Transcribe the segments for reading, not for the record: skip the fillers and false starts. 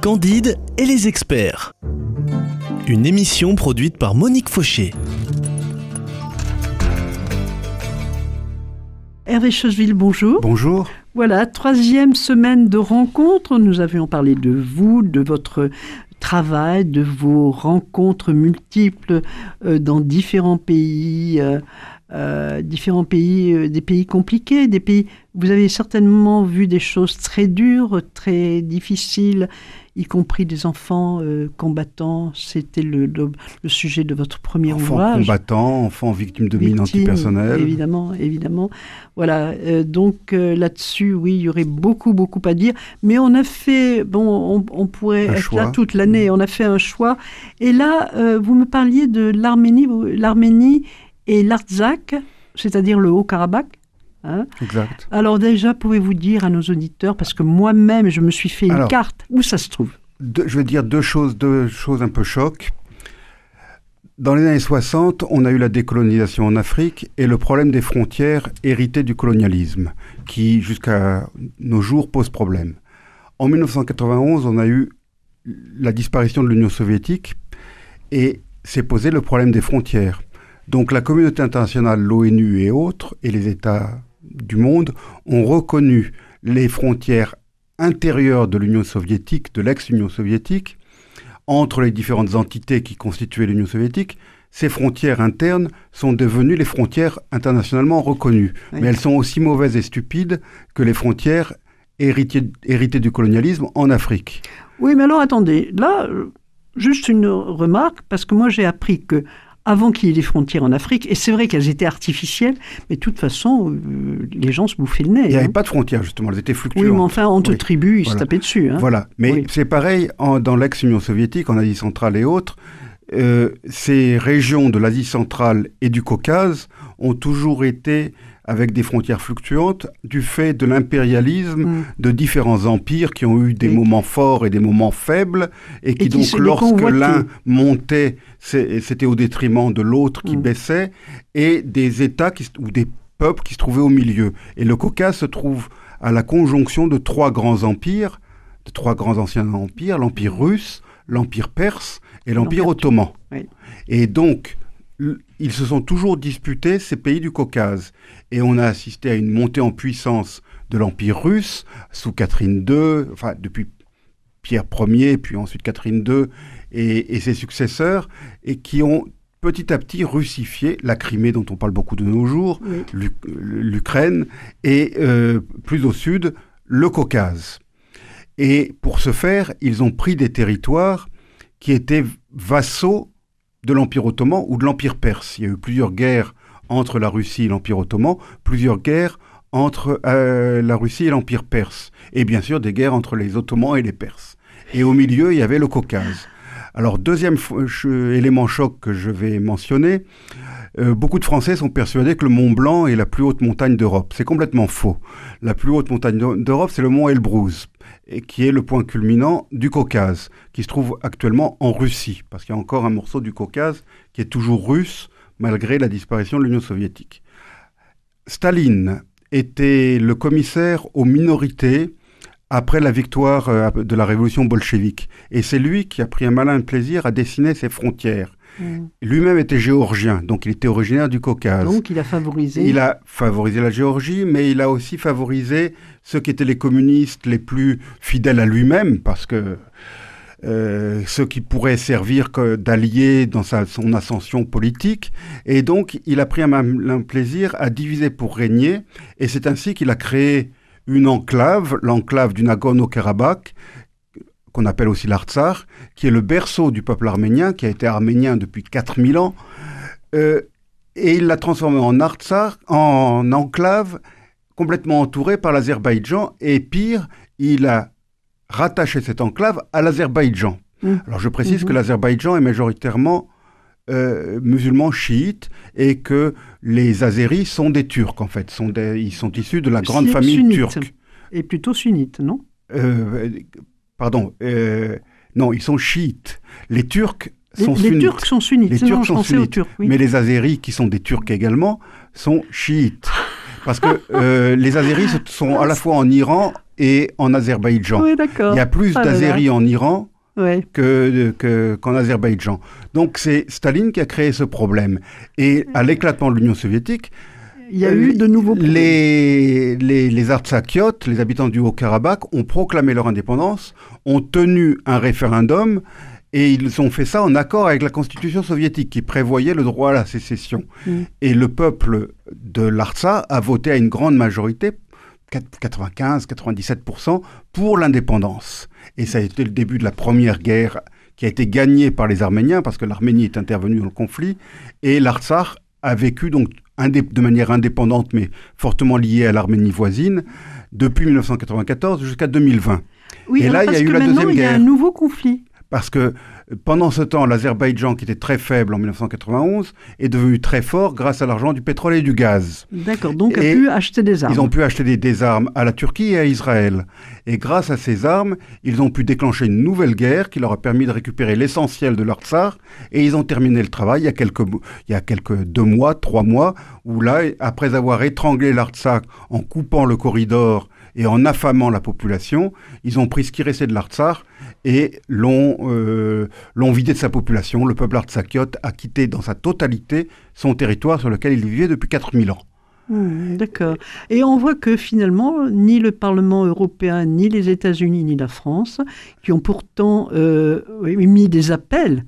Candide et les experts. Une émission produite par Monique Fauché. Hervé Chosville, bonjour. Bonjour. Voilà, 3e semaine de rencontres. Nous avions parlé de vous, de votre travail, de vos rencontres multiples dans différents pays, des pays compliqués, des pays. Vous avez certainement vu des choses très dures, très difficiles, y compris des enfants combattants. C'était le sujet de votre premier ouvrage. Enfants combattants, enfants victimes de mines antipersonnelles. Évidemment. Voilà, donc là-dessus, oui, il y aurait beaucoup à dire. Mais on a fait, on pourrait être là toute l'année, on a fait un choix. Et là, vous me parliez de l'Arménie et l'Artsakh, c'est-à-dire le Haut-Karabakh. Hein? Exact. Alors déjà, pouvez-vous dire à nos auditeurs, parce que moi-même, je me suis fait une carte, où ça se trouve? Je vais dire deux choses un peu choc. Dans les années 60, on a eu la décolonisation en Afrique et le problème des frontières héritées du colonialisme, qui jusqu'à nos jours pose problème. En 1991, on a eu la disparition de l'Union soviétique et s'est posé le problème des frontières. Donc la communauté internationale, l'ONU et autres, et les États du monde ont reconnu les frontières intérieures de l'Union soviétique, de l'ex-Union soviétique, entre les différentes entités qui constituaient l'Union soviétique. Ces frontières internes sont devenues les frontières internationalement reconnues. Oui. Mais elles sont aussi mauvaises et stupides que les frontières héritées du colonialisme en Afrique. Oui, mais alors attendez, là, juste une remarque, parce que moi j'ai appris que avant qu'il y ait des frontières en Afrique, et c'est vrai qu'elles étaient artificielles, mais de toute façon, les gens se bouffaient le nez. Il n'y avait pas de frontières, justement, elles étaient fluctuantes. Oui, mais enfin, entre tribus, ils se tapaient dessus. Hein. Voilà, mais c'est pareil dans l'ex-Union soviétique, en Asie centrale et autres. Ces régions de l'Asie centrale et du Caucase ont toujours été avec des frontières fluctuantes du fait de l'impérialisme de différents empires qui ont eu des moments forts et des moments faibles et qui donc, lorsque l'un montait, c'était au détriment de l'autre qui baissait, et des États ou des peuples qui se trouvaient au milieu. Et le Caucase se trouve à la conjonction de trois grands empires, de trois grands anciens empires, l'Empire russe, l'Empire perse et l'Empire ottoman. Oui. Et donc, ils se sont toujours disputés, ces pays du Caucase. Et on a assisté à une montée en puissance de l'Empire russe, sous Catherine II, enfin depuis Pierre Ier, puis ensuite Catherine II et ses successeurs, et qui ont petit à petit russifié la Crimée, dont on parle beaucoup de nos jours, l'Ukraine, et plus au sud, le Caucase. Et pour ce faire, ils ont pris des territoires qui étaient vassaux de l'Empire ottoman ou de l'Empire perse. Il y a eu plusieurs guerres entre la Russie et l'Empire ottoman, plusieurs guerres entre la Russie et l'Empire perse, et bien sûr des guerres entre les Ottomans et les Perses. Et au milieu, il y avait le Caucase. Alors, deuxième élément choc que je vais mentionner, beaucoup de Français sont persuadés que le Mont Blanc est la plus haute montagne d'Europe. C'est complètement faux. La plus haute montagne d'Europe, c'est le mont Elbrouz, et qui est le point culminant du Caucase, qui se trouve actuellement en Russie, parce qu'il y a encore un morceau du Caucase qui est toujours russe, malgré la disparition de l'Union soviétique. Staline était le commissaire aux minorités après la victoire de la révolution bolchevique. Et c'est lui qui a pris un malin plaisir à dessiner ses frontières. Lui-même était géorgien, donc il était originaire du Caucase. Donc il a favorisé... Il a favorisé la Géorgie, mais il a aussi favorisé ceux qui étaient les communistes les plus fidèles à lui-même, parce que ceux qui pourraient servir d'alliés dans son ascension politique. Et donc il a pris un malin plaisir à diviser pour régner, et c'est ainsi qu'il a créé une enclave, l'enclave du Nagorno-Karabakh, qu'on appelle aussi l'Artsakh, qui est le berceau du peuple arménien, qui a été arménien depuis 4000 ans, et il l'a transformé en Artsakh, en enclave complètement entourée par l'Azerbaïdjan, et pire, il a rattaché cette enclave à l'Azerbaïdjan. Alors je précise que l'Azerbaïdjan est majoritairement musulmans chiites, et que les Azéris sont des Turcs, en fait. Ils sont issus de la grande famille turque. Et plutôt sunnites, non ? Non, ils sont chiites. Les Turcs sont sunnites. Les Turcs sont sunnites. Les Turcs sont sunnites. Turcs, oui. Mais les Azéris, qui sont des Turcs également, sont chiites. Parce que les Azéris sont à la fois en Iran, et en Azerbaïdjan. Oui, d'accord. Il y a plus d'Azéris en Iran qu'en Azerbaïdjan. Donc c'est Staline qui a créé ce problème. Et à l'éclatement de l'Union soviétique, il y a eu de nouveaux problèmes. Les Artsakhiot, les habitants du Haut-Karabakh, ont proclamé leur indépendance, ont tenu un référendum, et ils ont fait ça en accord avec la constitution soviétique qui prévoyait le droit à la sécession. Et le peuple de l'Artsakh a voté à une grande majorité, 95-97%, pour l'indépendance. Et ça a été le début de la première guerre qui a été gagnée par les Arméniens, parce que l'Arménie est intervenue dans le conflit, et l'Artsakh a vécu donc de manière indépendante, mais fortement liée à l'Arménie voisine, depuis 1994 jusqu'à 2020. Oui, et là, il y a eu la Deuxième Guerre. Il y a un nouveau conflit. Parce que pendant ce temps, l'Azerbaïdjan, qui était très faible en 1991, est devenu très fort grâce à l'argent du pétrole et du gaz. D'accord, donc a pu acheter des armes. Ils ont pu acheter des armes à la Turquie et à Israël. Et grâce à ces armes, ils ont pu déclencher une nouvelle guerre qui leur a permis de récupérer l'essentiel de leur tsar. Et ils ont terminé le travail il y a quelques 2 mois, 3 mois, où là, après avoir étranglé l'Artsakh en coupant le corridor et en affamant la population, ils ont pris ce qui restait de l'Artsakh et l'ont vidé de sa population. Le peuple artsakhiot a quitté dans sa totalité son territoire sur lequel il vivait depuis 4000 ans. D'accord. Et on voit que finalement, ni le Parlement européen, ni les États-Unis, ni la France, qui ont pourtant émis des appels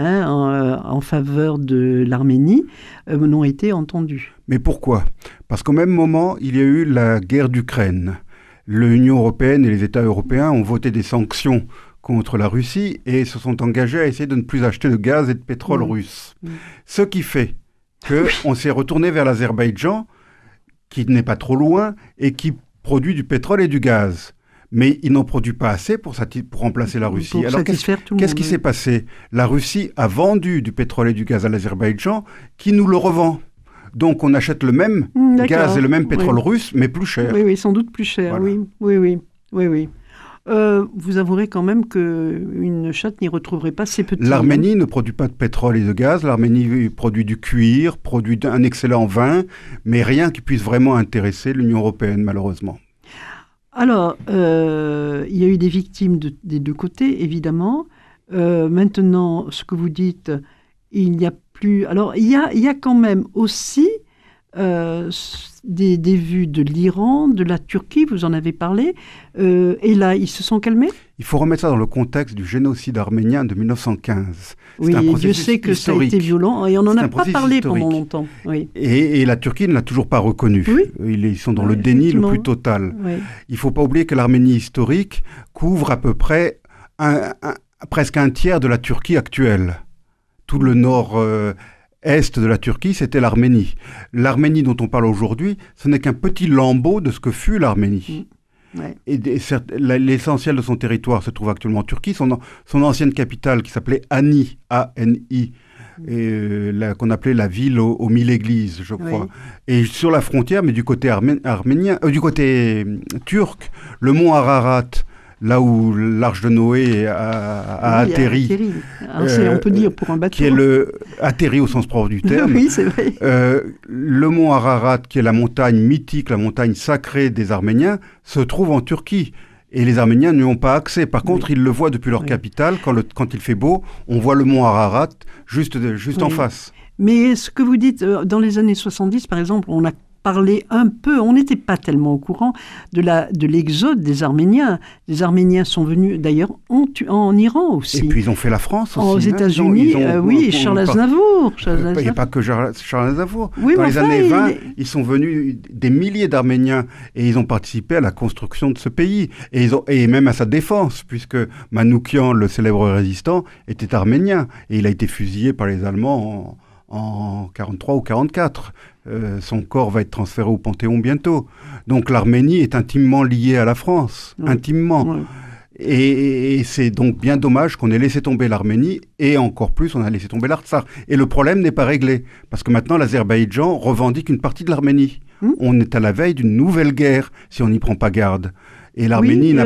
en faveur de l'Arménie, n'ont été entendus. Mais pourquoi ? Parce qu'au même moment, il y a eu la guerre d'Ukraine. L'Union européenne et les États européens ont voté des sanctions contre la Russie et se sont engagés à essayer de ne plus acheter de gaz et de pétrole russe. Ce qui fait qu'on s'est retourné vers l'Azerbaïdjan, qui n'est pas trop loin et qui produit du pétrole et du gaz. Mais il n'en produit pas assez pour remplacer la Russie. Alors qu'est-ce qui s'est passé ? La Russie a vendu du pétrole et du gaz à l'Azerbaïdjan qui nous le revend. Donc on achète le même gaz et le même pétrole russe, mais plus cher. Oui, sans doute plus cher, voilà. Oui. Vous avouerez quand même qu'une chatte n'y retrouverait pas ses petits... L'Arménie ne produit pas de pétrole et de gaz. L'Arménie produit du cuir, produit un excellent vin, mais rien qui puisse vraiment intéresser l'Union européenne, malheureusement. Alors, il y a eu des victimes des deux côtés, évidemment. Maintenant, ce que vous dites, il n'y a plus... Alors, il y a quand même aussi des vues de l'Iran, de la Turquie, vous en avez parlé, et là, ils se sont calmés ? Il faut remettre ça dans le contexte du génocide arménien de 1915. Oui, Dieu sait que historique. Ça a été violent, et on n'en a pas parlé pendant longtemps. Oui. Et la Turquie ne l'a toujours pas reconnu. Oui. Ils sont dans le déni le plus total. Oui. Il ne faut pas oublier que l'Arménie historique couvre à peu près presque un tiers de la Turquie actuelle. Tout le nord-est de la Turquie, c'était l'Arménie. L'Arménie dont on parle aujourd'hui, ce n'est qu'un petit lambeau de ce que fut l'Arménie. Et l'essentiel de son territoire se trouve actuellement en Turquie. Son ancienne capitale, qui s'appelait Ani, A-N-I, qu'on appelait la ville aux 1000 églises, je crois. Et sur la frontière, mais du côté du côté turc, le mont Ararat, là où l'Arche de Noé a atterri. On peut dire pour un bateau. Qui est atterri au sens propre du terme. Oui, c'est vrai. Le mont Ararat, qui est la montagne mythique, la montagne sacrée des Arméniens, se trouve en Turquie. Et les Arméniens n'y ont pas accès. Par contre, ils le voient depuis leur capitale. Quand il fait beau, on voit le mont Ararat juste en face. Mais ce que vous dites, dans les années 70, par exemple, on a parlé un peu, on n'était pas tellement au courant de l'exode des Arméniens. Les Arméniens sont venus d'ailleurs en Iran aussi. Et puis ils ont fait la France aussi. Aux États-Unis, Charles Aznavour. Il n'y a pas que Charles Aznavour. Dans les années 20, ils sont venus des milliers d'Arméniens et ils ont participé à la construction de ce pays et même à sa défense, puisque Manoukian, le célèbre résistant, était arménien et il a été fusillé par les Allemands en 43 ou 44. Son corps va être transféré au Panthéon bientôt. Donc l'Arménie est intimement liée à la France, intimement. Ouais. Et c'est donc bien dommage qu'on ait laissé tomber l'Arménie et encore plus on a laissé tomber l'Artsakh. Et le problème n'est pas réglé parce que maintenant l'Azerbaïdjan revendique une partie de l'Arménie. On est à la veille d'une nouvelle guerre si on n'y prend pas garde. Et l'Arménie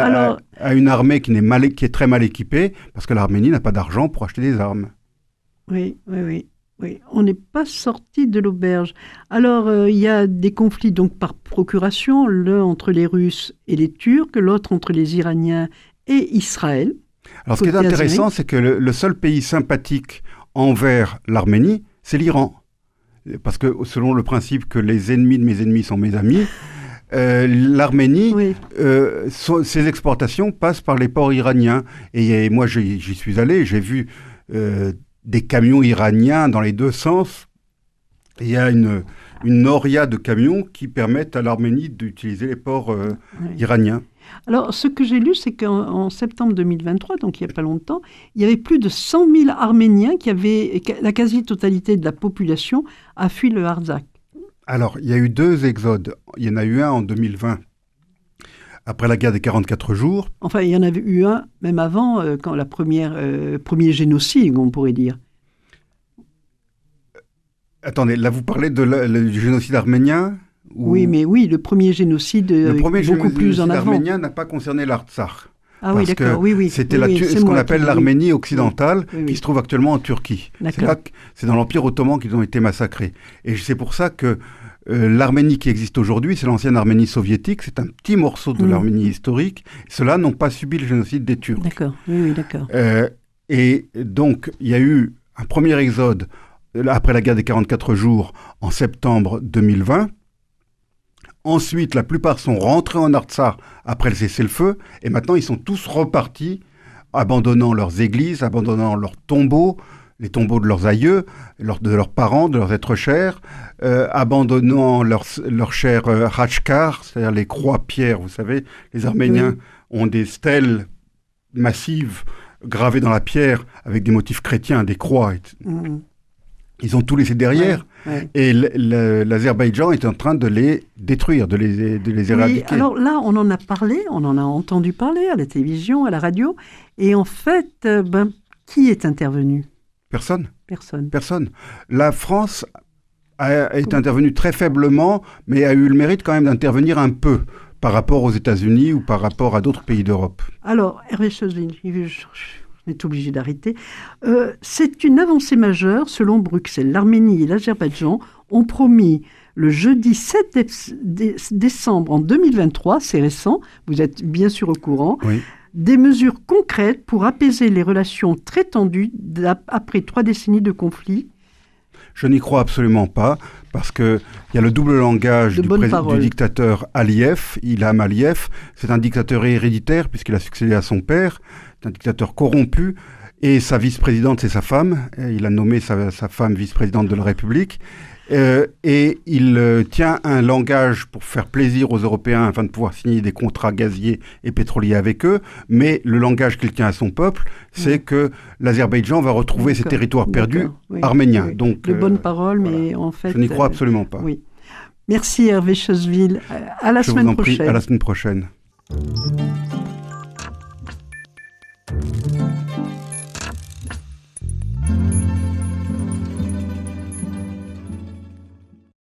a une armée qui est très mal équipée parce que l'Arménie n'a pas d'argent pour acheter des armes. Oui. Oui, on n'est pas sorti de l'auberge. Alors, il y a des conflits donc par procuration, l'un entre les Russes et les Turcs, l'autre entre les Iraniens et Israël. Alors, ce qui est intéressant, c'est que le seul pays sympathique envers l'Arménie, c'est l'Iran. Parce que selon le principe que les ennemis de mes ennemis sont mes amis, l'Arménie, oui. Ses exportations passent par les ports iraniens. Et moi, j'y suis allé, j'ai vu des camions iraniens dans les deux sens. Il y a une noria de camions qui permettent à l'Arménie d'utiliser les ports iraniens. Alors, ce que j'ai lu, c'est qu'en septembre 2023, donc il n'y a pas longtemps, il y avait plus de 100 000 Arméniens la quasi-totalité de la population a fui le Artsakh. Alors, il y a eu 2 exodes. Il y en a eu un en 2020, après la guerre des 44 jours. Enfin, il y en avait eu un, même avant, quand premier génocide, on pourrait dire. Attendez, là, vous parlez du génocide arménien Oui, mais oui, le premier génocide beaucoup plus en avant. Le premier génocide arménien n'a pas concerné l'Artsakh. Ah oui, d'accord, oui. C'était ce qu'on appelle l'Arménie occidentale, qui se trouve actuellement en Turquie. C'est dans l'Empire ottoman qu'ils ont été massacrés. Et c'est pour ça que l'Arménie qui existe aujourd'hui, c'est l'ancienne Arménie soviétique, c'est un petit morceau de l'Arménie historique. Ceux-là n'ont pas subi le génocide des Turcs. D'accord, oui, d'accord. Et donc, il y a eu un premier exode après la guerre des 44 jours en septembre 2020. Ensuite, la plupart sont rentrés en Artsakh après le cessez-le-feu, et maintenant ils sont tous repartis, abandonnant leurs églises, abandonnant leurs tombeaux, les tombeaux de leurs aïeux, de leurs parents, de leurs êtres chers, abandonnant leur cher Khachkar, c'est-à-dire les croix-pierres. Vous savez, les Arméniens ont des stèles massives gravées dans la pierre avec des motifs chrétiens, des croix. Ils ont tout laissé derrière. Et l'Azerbaïdjan est en train de les détruire, de les éradiquer. Oui, alors là, on en a parlé, on en a entendu parler à la télévision, à la radio. Et en fait, qui est intervenu ? Personne. Personne. La France est intervenue très faiblement, mais a eu le mérite quand même d'intervenir un peu par rapport aux États-Unis ou par rapport à d'autres pays d'Europe. Alors, Hervé Chosvin, on est obligé d'arrêter. C'est une avancée majeure selon Bruxelles. L'Arménie et l'Azerbaïdjan ont promis le jeudi 7 décembre en 2023, c'est récent, vous êtes bien sûr au courant, des mesures concrètes pour apaiser les relations très tendues après 3 décennies de conflits. Je n'y crois absolument pas, parce qu'il y a le double langage du dictateur Aliyev, Ilham Aliyev. C'est un dictateur héréditaire, puisqu'il a succédé à son père. C'est un dictateur corrompu. Et sa vice-présidente, c'est sa femme. Il a nommé sa femme vice-présidente de la République. Et il tient un langage pour faire plaisir aux Européens afin de pouvoir signer des contrats gaziers et pétroliers avec eux. Mais le langage qu'il tient à son peuple, c'est que l'Azerbaïdjan va retrouver ses territoires perdus arméniens. Oui. Donc, de bonnes paroles, mais en fait... Je n'y crois absolument pas. Oui. Merci Hervé Chosvin. À la semaine prochaine. À la semaine prochaine.